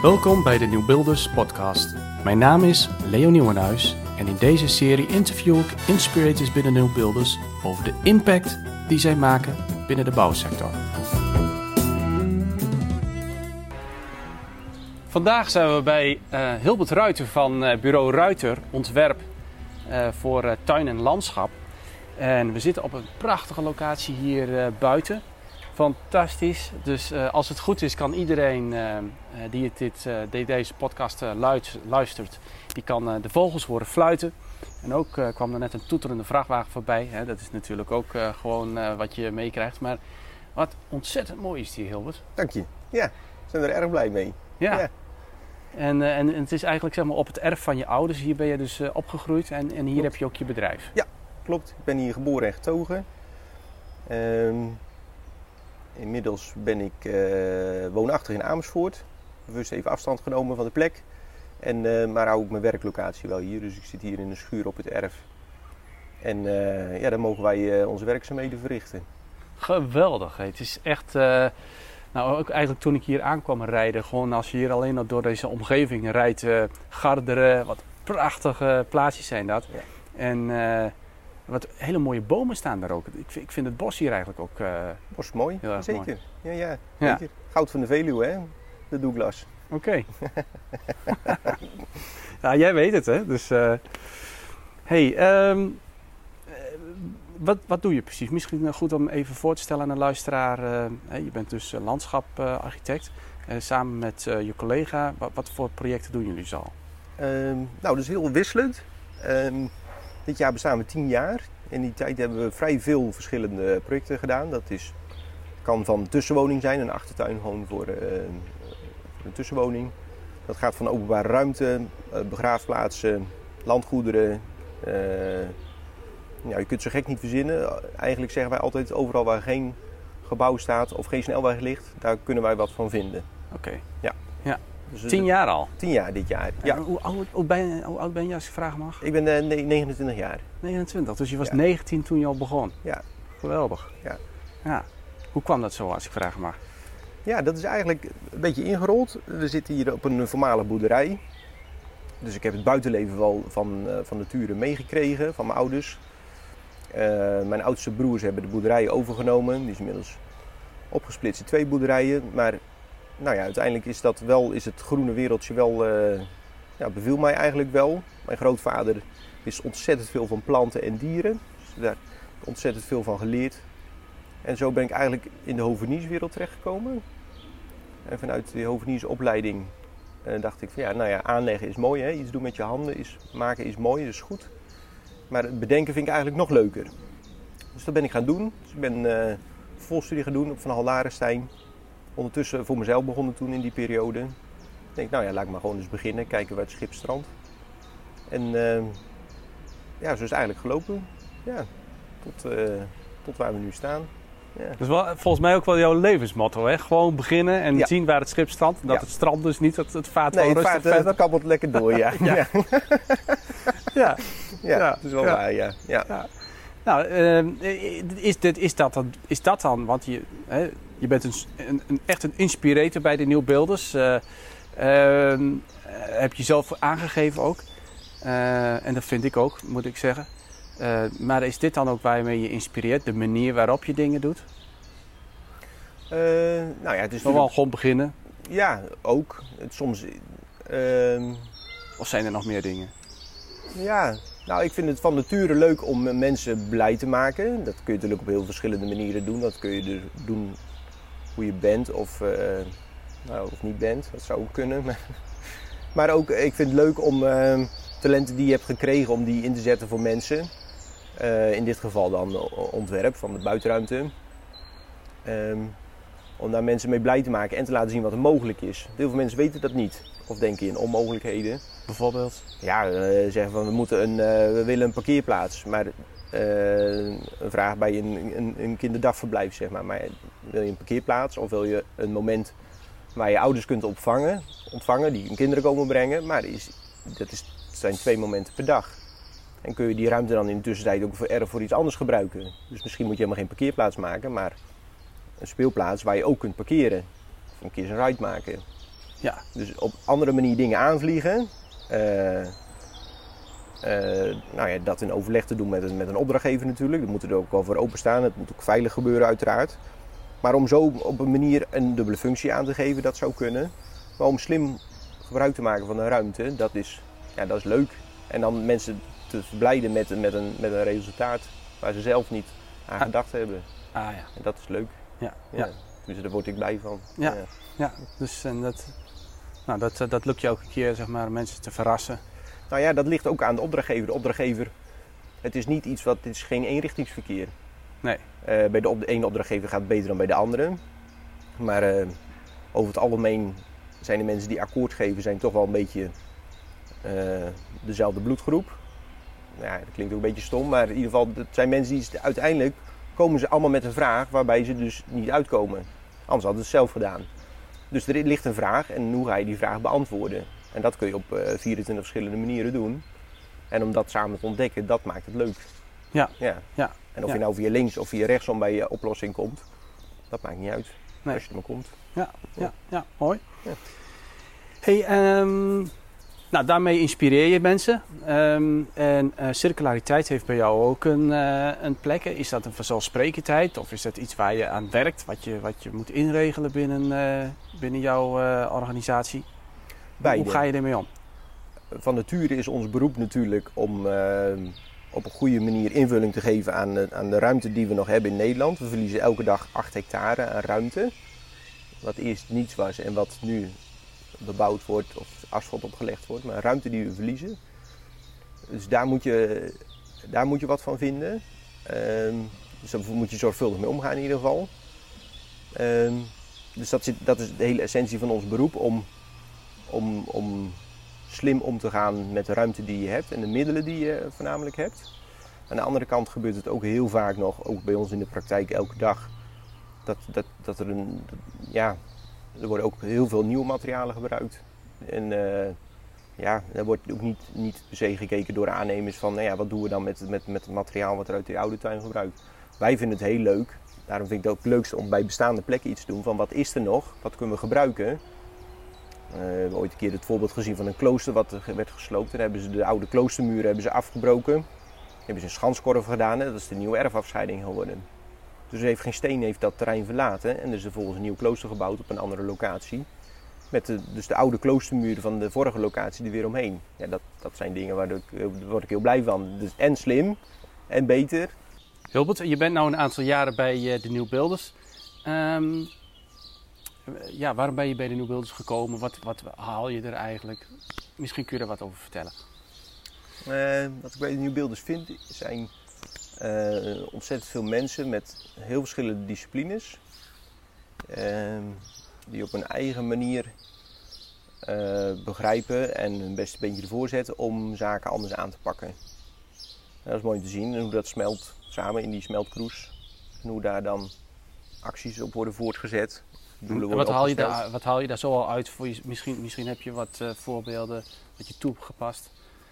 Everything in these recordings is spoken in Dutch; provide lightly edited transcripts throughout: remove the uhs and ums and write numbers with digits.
Welkom bij de Nieuwbuilders podcast. Mijn naam is Leo Nieuwenhuis en in deze serie interview ik inspirators binnen Nieuwbuilders over de impact die zij maken binnen de bouwsector. Vandaag zijn we bij Hilbert Ruiter van bureau Ruiter, ontwerp voor tuin en landschap. En we zitten op een prachtige locatie hier buiten. Fantastisch. Dus als het goed is kan iedereen die deze podcast luistert, die kan de vogels horen fluiten. En ook kwam er net een toeterende vrachtwagen voorbij. Hè? Dat is natuurlijk ook gewoon wat je meekrijgt. Maar wat ontzettend mooi is hier, Hilbert. Dank je. Ja, we zijn er erg blij mee. Ja. En het is eigenlijk zeg maar op het erf van je ouders. Hier ben je dus opgegroeid en hier Klopt. heb je ook je bedrijf. Ja, klopt. Ik ben hier geboren en getogen. Inmiddels ben ik woonachtig in Amersfoort. Bewust even afstand genomen van de plek. Maar hou ik mijn werklocatie wel hier. Dus ik zit hier in een schuur op het erf. En daar mogen wij onze werkzaamheden verrichten. Geweldig. Het is echt... ook eigenlijk toen ik hier aankwam rijden, gewoon als je hier alleen nog door deze omgeving rijdt, Garderen, wat prachtige plaatsjes zijn dat. Ja. En wat hele mooie bomen staan daar ook. Ik vind het bos hier eigenlijk ook Bos mooi, heel erg zeker. mooi. Ja, Ja. zeker. Goud van de Veluwe, hè? De Douglas. Oké. Ja, jij weet het, hè? Dus, wat doe je precies? Misschien goed om even voor te stellen aan de luisteraar. Je bent dus landschaparchitect. Samen met je collega. Wat voor projecten doen jullie zo? Dat is heel wisselend. Dit jaar bestaan we 10 jaar. In die tijd hebben we vrij veel verschillende projecten gedaan. Kan van tussenwoning zijn, een achtertuin gewoon voor een tussenwoning. Dat gaat van openbare ruimte, begraafplaatsen, landgoederen. Je kunt het zo gek niet verzinnen. Eigenlijk zeggen wij altijd overal waar geen gebouw staat of geen snelweg ligt, daar kunnen wij wat van vinden. Oké. Ja. Dus 10 jaar al? 10 jaar dit jaar, ja. Hoe oud ben je als ik vragen mag? Ik ben 29 jaar. 29, dus je was Ja. 19 toen je al begon? Ja. Geweldig. Ja. Hoe kwam dat zo als ik vragen mag? Ja, dat is eigenlijk een beetje ingerold. We zitten hier op een voormalige boerderij. Dus ik heb het buitenleven wel van nature meegekregen, van mijn ouders. Mijn oudste broers hebben de boerderij overgenomen. Die is inmiddels opgesplitst in 2 boerderijen. Maar uiteindelijk is het groene wereldje wel, beviel mij eigenlijk wel. Mijn grootvader wist ontzettend veel van planten en dieren. Dus daar heb ik ontzettend veel van geleerd. En zo ben ik eigenlijk in de hovenierswereld terechtgekomen. En vanuit de hoveniersopleiding dacht ik van aanleggen is mooi. Hè? Iets doen met je handen, maken is mooi, dat is goed. Maar het bedenken vind ik eigenlijk nog leuker. Dus dat ben ik gaan doen. Dus ik ben volstudie gaan doen op Van Hal Larenstein. Ondertussen voor mezelf begonnen toen in die periode. Ik denk, laat ik maar gewoon eens beginnen. Kijken waar het schip strandt. En zo is het eigenlijk gelopen. Ja, tot waar we nu staan. Ja. Dat is wel, volgens mij ook wel jouw levensmotto, hè? Gewoon beginnen en zien waar het schip strandt. Dat het strand dus niet, het vaart gewoon rustig verder. Dat kabbelt lekker door, ja. Ja. Ja, dat is wel waar, ja. Nou, is dat dan, want je bent echt een inspirator bij de Nieuwbuilders. Heb je zelf aangegeven ook. En dat vind ik ook, moet ik zeggen. Maar is dit dan ook waarmee je inspireert? De manier waarop je dingen doet? Het is wel gewoon beginnen? Ja, ook. Soms... Of zijn er nog meer dingen? Ja, ik vind het van nature leuk om mensen blij te maken. Dat kun je natuurlijk op heel verschillende manieren doen. Dat kun je dus doen hoe je bent of niet bent. Dat zou ook kunnen. Maar ook, ik vind het leuk om talenten die je hebt gekregen, om die in te zetten voor mensen. In dit geval dan ontwerp van de buitenruimte. Om daar mensen mee blij te maken en te laten zien wat er mogelijk is. Heel veel mensen weten dat niet. Of denken in onmogelijkheden. Bijvoorbeeld? Ja, zeggen van we willen een parkeerplaats. Maar een vraag bij een kinderdagverblijf, zeg maar. Maar wil je een parkeerplaats of wil je een moment waar je ouders kunt ontvangen die hun kinderen komen brengen. Maar het zijn 2 momenten per dag. En kun je die ruimte dan in de tussentijd ook voor iets anders gebruiken. Dus misschien moet je helemaal geen parkeerplaats maken, maar een speelplaats waar je ook kunt parkeren. Of een keer een ride maken. Ja. Dus op andere manier dingen aanvliegen. Dat in overleg te doen met een opdrachtgever natuurlijk. Daar moeten er ook wel voor openstaan. Het moet ook veilig gebeuren uiteraard. Maar om zo op een manier een dubbele functie aan te geven, dat zou kunnen. Maar om slim gebruik te maken van een ruimte, dat is leuk. En dan mensen te verblijden met een resultaat waar ze zelf niet aan gedacht hebben. Ja. En dat is leuk. Ja. Dus daar word ik blij van. Ja. Dus en dat lukt je elke keer, zeg maar, mensen te verrassen. Nou ja, dat ligt ook aan de opdrachtgever. De opdrachtgever, het is niet iets het is geen eenrichtingsverkeer. Nee. Bij de ene opdrachtgever gaat het beter dan bij de andere. Maar over het algemeen zijn de mensen die akkoord geven, zijn toch wel een beetje dezelfde bloedgroep. Ja, dat klinkt ook een beetje stom, maar in ieder geval, het zijn mensen die uiteindelijk komen ze allemaal met een vraag waarbij ze dus niet uitkomen. Anders hadden ze het zelf gedaan. Dus er ligt een vraag en hoe ga je die vraag beantwoorden? En dat kun je op 24 verschillende manieren doen. En om dat samen te ontdekken, dat maakt het leuk. Ja. En of je nou via links of via rechtsom bij je oplossing komt, dat maakt niet uit. Nee. Als je er maar komt. Ja, mooi. Ja. Hey, daarmee inspireer je mensen. En circulariteit heeft bij jou ook een plek. Is dat een vanzelfsprekendheid of is dat iets waar je aan werkt, wat je moet inregelen binnen jouw organisatie? Hoe ga je ermee om? Van nature is ons beroep natuurlijk om op een goede manier invulling te geven aan de ruimte die we nog hebben in Nederland. We verliezen elke dag 8 hectare aan ruimte. Wat eerst niets was en wat nu bebouwd wordt of asfalt opgelegd wordt. Maar ruimte die we verliezen. Dus daar moet je wat van vinden. Dus daar moet je zorgvuldig mee omgaan in ieder geval. Dus dat is de hele essentie van ons beroep. Om slim om te gaan met de ruimte die je hebt en de middelen die je voornamelijk hebt. Aan de andere kant gebeurt het ook heel vaak nog, ook bij ons in de praktijk elke dag, dat er worden ook heel veel nieuwe materialen gebruikt. En er wordt ook niet per se gekeken door aannemers van wat doen we dan met het materiaal wat er uit de oude tuin gebruikt. Wij vinden het heel leuk, daarom vind ik het ook het leukste om bij bestaande plekken iets te doen van wat is er nog, wat kunnen we gebruiken. We hebben ooit een keer het voorbeeld gezien van een klooster wat werd gesloopt. Daar hebben ze de oude kloostermuren afgebroken. Hebben ze een schanskorf gedaan en dat is de nieuwe erfafscheiding geworden. Dus geen steen heeft dat terrein verlaten en er is vervolgens een nieuw klooster gebouwd op een andere locatie. Met dus de oude kloostermuren van de vorige locatie er weer omheen. Ja, dat zijn dingen daar word ik heel blij van. Dus en slim en beter. Hilbert, je bent nu een aantal jaren bij de Nieuw Builders. Waarom ben je bij de Nieuw Builders gekomen? Wat haal je er eigenlijk? Misschien kun je er wat over vertellen. Wat ik bij de Nieuw Builders vind, zijn ontzettend veel mensen met heel verschillende disciplines. Die op een eigen manier begrijpen en hun beste beentje ervoor zetten om zaken anders aan te pakken. Dat is mooi om te zien hoe dat smelt samen in die smeltkroes. En hoe daar dan acties op worden voortgezet. Wat haal je daar zo al uit? Voor je, misschien heb je wat voorbeelden wat je toegepast.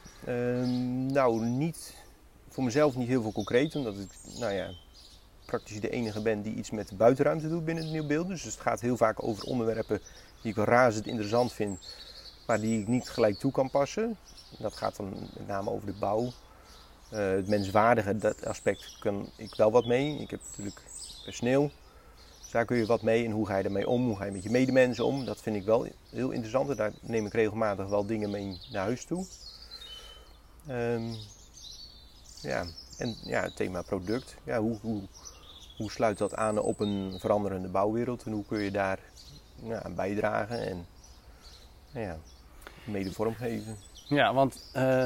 Niet voor mezelf niet heel veel concreet, omdat ik praktisch de enige ben die iets met de buitenruimte doet binnen de Nieuw Builders. Dus het gaat heel vaak over onderwerpen die ik wel razend interessant vind, maar die ik niet gelijk toe kan passen. Dat gaat dan met name over de bouw. Het menswaardige, dat aspect kan ik wel wat mee. Ik heb natuurlijk personeel. Dus daar kun je wat mee en hoe ga je ermee om? Hoe ga je met je medemensen om? Dat vind ik wel heel interessant en daar neem ik regelmatig wel dingen mee naar huis toe. Het thema product. Ja, hoe sluit dat aan op een veranderende bouwwereld en hoe kun je daar aan bijdragen en mede vormgeven? Ja, want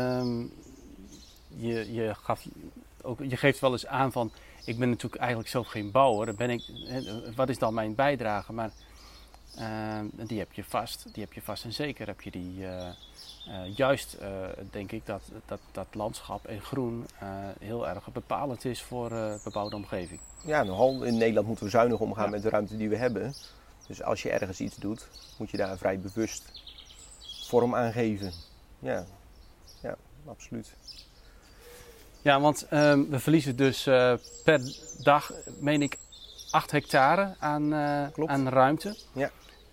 je geeft wel eens aan van ik ben natuurlijk eigenlijk zelf geen bouwer. Wat is dan mijn bijdrage? Maar die heb je vast en zeker heb je die. Juist denk ik dat landschap en groen heel erg bepalend is voor bebouwde omgeving. Ja, nogal. In Nederland moeten we zuinig omgaan met de ruimte die we hebben. Dus als je ergens iets doet, moet je daar vrij bewust vorm aan geven. Ja, absoluut. Ja, want we verliezen dus per dag, meen ik, 8 hectare aan ruimte. Ja.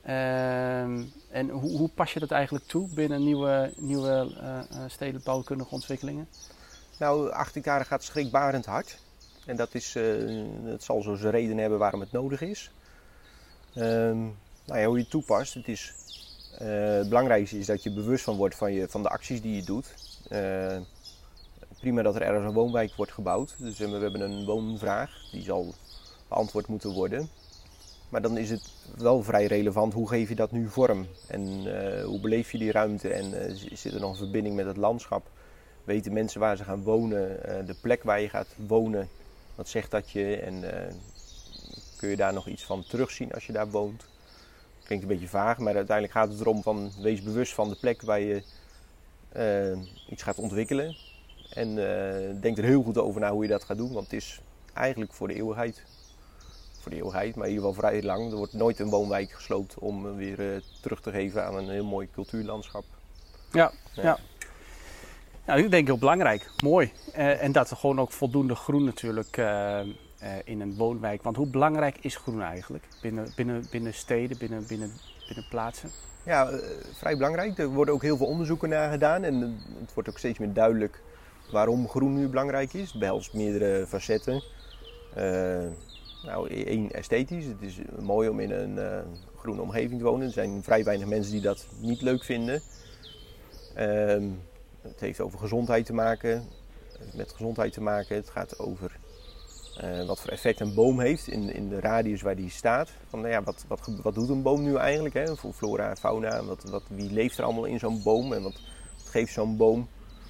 En hoe pas je dat eigenlijk toe binnen nieuwe stedenbouwkundige ontwikkelingen? Nou, 18 jaar gaat schrikbarend hard. En dat zal zo zijn reden hebben waarom het nodig is. Nou ja, hoe je het toepast. Het belangrijkste is dat je bewust van wordt van de acties die je doet. Prima dat er ergens een woonwijk wordt gebouwd. Dus we hebben een woonvraag, die zal beantwoord moeten worden. Maar dan is het wel vrij relevant, hoe geef je dat nu vorm? En hoe beleef je die ruimte? En zit er nog een verbinding met het landschap? Weten mensen waar ze gaan wonen? De plek waar je gaat wonen, wat zegt dat je? En kun je daar nog iets van terugzien als je daar woont? Klinkt een beetje vaag, maar uiteindelijk gaat het erom van wees bewust van de plek waar je iets gaat ontwikkelen. En denk er heel goed over na hoe je dat gaat doen, want het is eigenlijk voor de eeuwigheid. Voor de eeuwigheid, maar in ieder geval vrij lang. Er wordt nooit een woonwijk gesloopt om weer terug te geven aan een heel mooi cultuurlandschap. Ja. Nou, ik denk heel belangrijk. Mooi. En dat er gewoon ook voldoende groen natuurlijk in een woonwijk. Want hoe belangrijk is groen eigenlijk binnen steden, binnen plaatsen? Ja, vrij belangrijk. Er worden ook heel veel onderzoeken naar gedaan. En het wordt ook steeds meer duidelijk waarom groen nu belangrijk is. Het behelst meerdere facetten. Nou, één, esthetisch. Het is mooi om in een groene omgeving te wonen. Er zijn vrij weinig mensen die dat niet leuk vinden. Het heeft over gezondheid te maken. Het gaat over wat voor effect een boom heeft in de radius waar die staat. Van, nou ja, wat doet een boom nu eigenlijk? Hè? Voor flora en fauna. Wie leeft er allemaal in zo'n boom? En wat geeft zo'n boom?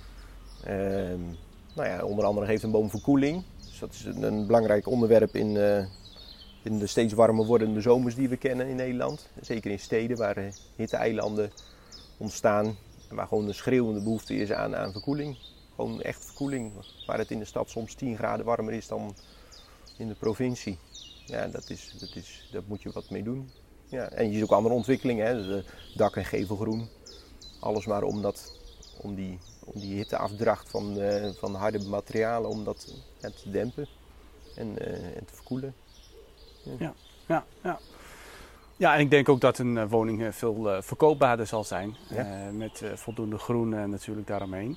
Nou ja, onder andere geeft een boom verkoeling. Dus dat is een belangrijk onderwerp in de steeds warmer wordende zomers die we kennen in Nederland. Zeker in steden waar hitteeilanden ontstaan. Waar gewoon een schreeuwende behoefte is aan verkoeling. Gewoon echt verkoeling. Waar het in de stad soms 10 graden warmer is dan in de provincie. Ja, daar moet je wat mee doen. Ja, en je ziet ook andere ontwikkelingen. Hè. Dus, dak- en gevelgroen. Alles maar om die hitteafdracht van harde materialen, om dat te dempen en te verkoelen. Ja. Ja, en ik denk ook dat een woning veel verkoopbaarder zal zijn. Ja. Met voldoende groen natuurlijk daaromheen.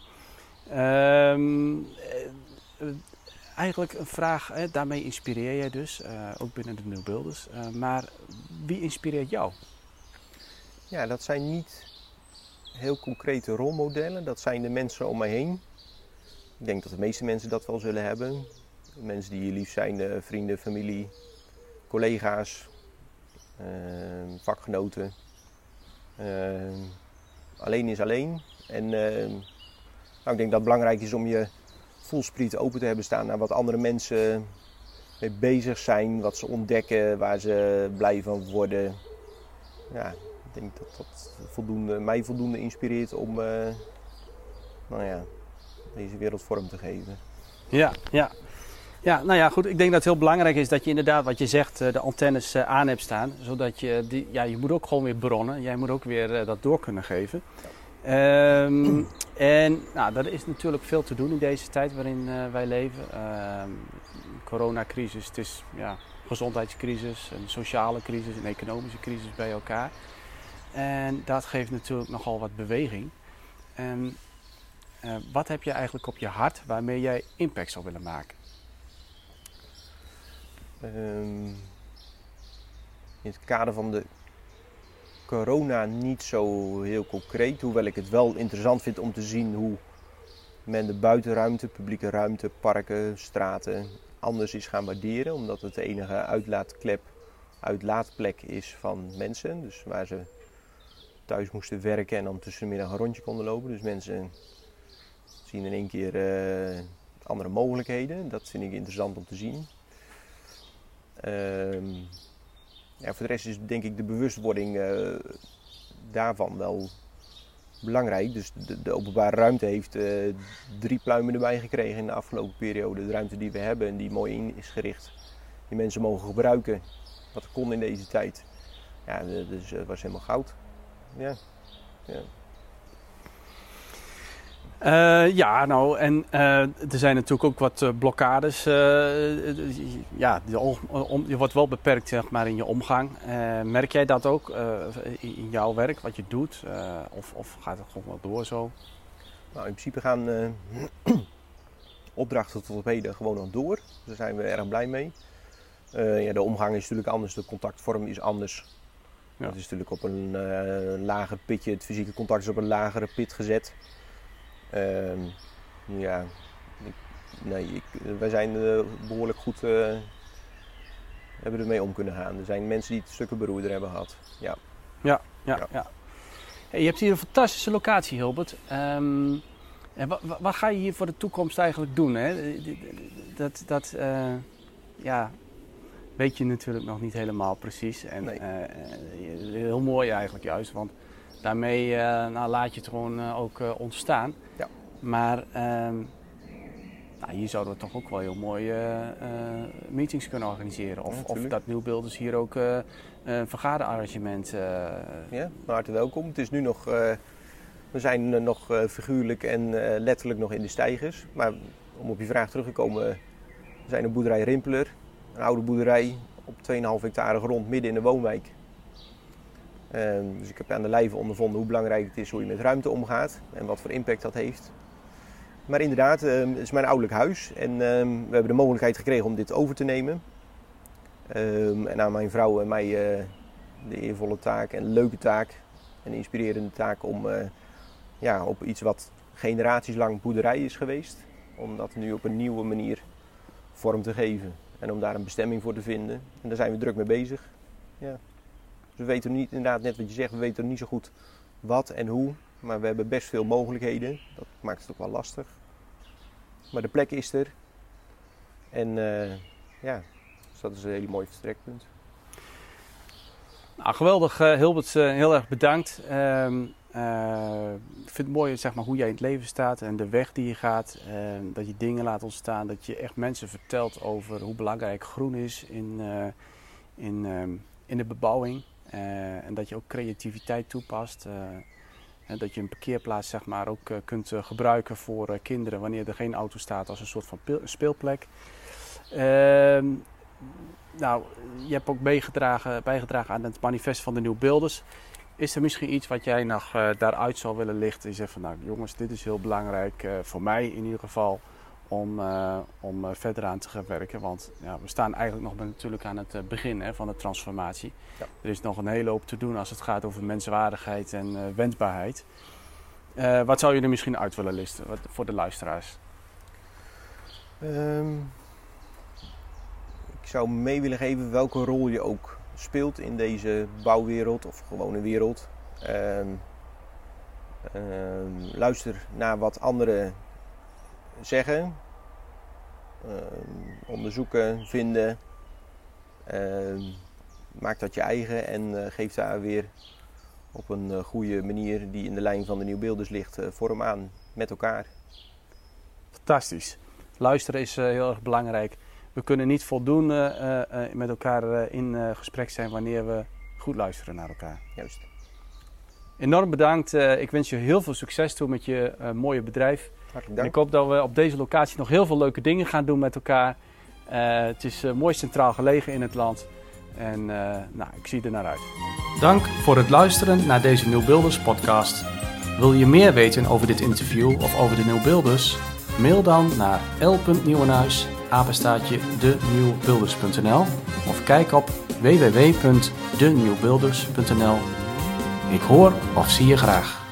Eigenlijk een vraag, daarmee inspireer jij dus, ook binnen de Nieuwbuilders. Maar wie inspireert jou? Ja, dat zijn niet heel concrete rolmodellen. Dat zijn de mensen om mij heen. Ik denk dat de meeste mensen dat wel zullen hebben. Mensen die je lief zijn, vrienden, familie, collega's, vakgenoten. Alleen is alleen. En ik denk dat het belangrijk is om je voelspriet open te hebben staan naar wat andere mensen mee bezig zijn, wat ze ontdekken, waar ze blij van worden. Ja, ik denk dat mij voldoende inspireert om deze wereld vorm te geven. Ja, nou ja, goed. Ik denk dat het heel belangrijk is dat je inderdaad, wat je zegt, de antennes aan hebt staan. Zodat je moet ook gewoon weer bronnen. Jij moet ook weer dat door kunnen geven. En nou, er is natuurlijk veel te doen in deze tijd waarin wij leven. Coronacrisis, het is gezondheidscrisis, een sociale crisis, een economische crisis bij elkaar. En dat geeft natuurlijk nogal wat beweging. Wat heb je eigenlijk op je hart waarmee jij impact zou willen maken? In het kader van de corona niet zo heel concreet, hoewel ik het wel interessant vind om te zien hoe men de buitenruimte, publieke ruimte, parken, straten anders is gaan waarderen. Omdat het de enige uitlaatplek is van mensen. Dus waar ze thuis moesten werken en dan tussen de middag een rondje konden lopen. Dus mensen zien in één keer andere mogelijkheden. Dat vind ik interessant om te zien. Voor de rest is denk ik de bewustwording daarvan wel belangrijk. Dus de openbare ruimte heeft 3 pluimen erbij gekregen in de afgelopen periode. De ruimte die we hebben en die mooi in is gericht. Die mensen mogen gebruiken wat er kon in deze tijd. Ja, dus het was helemaal goud. Ja. Er zijn natuurlijk ook wat blokkades. Je wordt wel beperkt, zeg maar, in je omgang. Merk jij dat ook in jouw werk, wat je doet? Of gaat het gewoon wel door zo? Nou, in principe gaan opdrachten tot op heden gewoon nog door. Daar zijn we erg blij mee. De omgang is natuurlijk anders, de contactvorm is anders. Ja. Het is natuurlijk op een lager pitje, het fysieke contact is op een lagere pit gezet. Wij zijn behoorlijk goed hebben ermee om kunnen gaan. Er zijn mensen die het stukken beroerder hebben gehad. Ja. Hey, je hebt hier een fantastische locatie, Hilbert. Wat ga je hier voor de toekomst eigenlijk doen? Hè? Dat weet je natuurlijk nog niet helemaal precies. En nee. Heel mooi eigenlijk juist, want daarmee laat je het gewoon ook ontstaan. Ja. Maar hier zouden we toch ook wel heel mooie meetings kunnen organiseren. Of dat Nieuwbeelders hier ook een vergaderarrangement... Ja, van harte welkom. Het is nu nog... we zijn nog figuurlijk en letterlijk nog in de steigers. Maar om op je vraag terug te komen... We zijn een boerderij Rimpeler. Een oude boerderij op 2,5 hectare grond midden in de woonwijk. Dus ik heb aan de lijve ondervonden hoe belangrijk het is hoe je met ruimte omgaat. En wat voor impact dat heeft. Maar inderdaad, het is mijn ouderlijk huis. En we hebben de mogelijkheid gekregen om dit over te nemen. En aan mijn vrouw en mij de eervolle taak en leuke taak. En inspirerende taak om op iets wat generaties lang boerderij is geweest. Om dat nu op een nieuwe manier vorm te geven. En om daar een bestemming voor te vinden. En daar zijn we druk mee bezig. Ja. Dus we weten niet, inderdaad net wat je zegt, we weten nog niet zo goed wat en hoe. Maar we hebben best veel mogelijkheden. Dat maakt het ook wel lastig. Maar de plek is er. En dus dat is een hele mooi vertrekpunt. Nou, geweldig, Hilbert. Heel erg bedankt. Ik vind het mooi, zeg maar, hoe jij in het leven staat en de weg die je gaat. Dat je dingen laat ontstaan. Dat je echt mensen vertelt over hoe belangrijk groen is in de bebouwing. En dat je ook creativiteit toepast. En dat je een parkeerplaats, zeg maar, ook kunt gebruiken voor kinderen wanneer er geen auto staat als een soort van speelplek. Je hebt ook bijgedragen aan het manifest van de Nieuwbeelders. Is er misschien iets wat jij nog daaruit zou willen lichten? Je zegt van, nou jongens, dit is heel belangrijk voor mij in ieder geval om verder aan te gaan werken. Want we staan eigenlijk nog natuurlijk aan het begin van de transformatie. Ja. Er is nog een hele hoop te doen als het gaat over menswaardigheid en wendbaarheid. Wat zou je er misschien uit willen listen voor de luisteraars? Ik zou mee willen geven welke rol je ook speelt in deze bouwwereld of gewone wereld. Luister naar wat anderen zeggen, onderzoeken, vinden. Maak dat je eigen en geef daar weer op een goede manier die in de lijn van de Nieuwbeelders ligt vorm aan met elkaar. Fantastisch. Luisteren is heel erg belangrijk. We kunnen niet voldoende met elkaar in gesprek zijn wanneer we goed luisteren naar elkaar. Juist. Enorm bedankt. Ik wens je heel veel succes toe met je mooie bedrijf. Hartelijk dank. Ik hoop dat we op deze locatie nog heel veel leuke dingen gaan doen met elkaar. Het is mooi centraal gelegen in het land. En ik zie er naar uit. Dank voor het luisteren naar deze Nieuwbeelders podcast. Wil je meer weten over dit interview of over de Nieuwbeelders? Mail dan naar l.nieuwenaars@denieuwbeelders.nl of kijk op www.denieuwbeelders.nl. Ik hoor of zie je graag.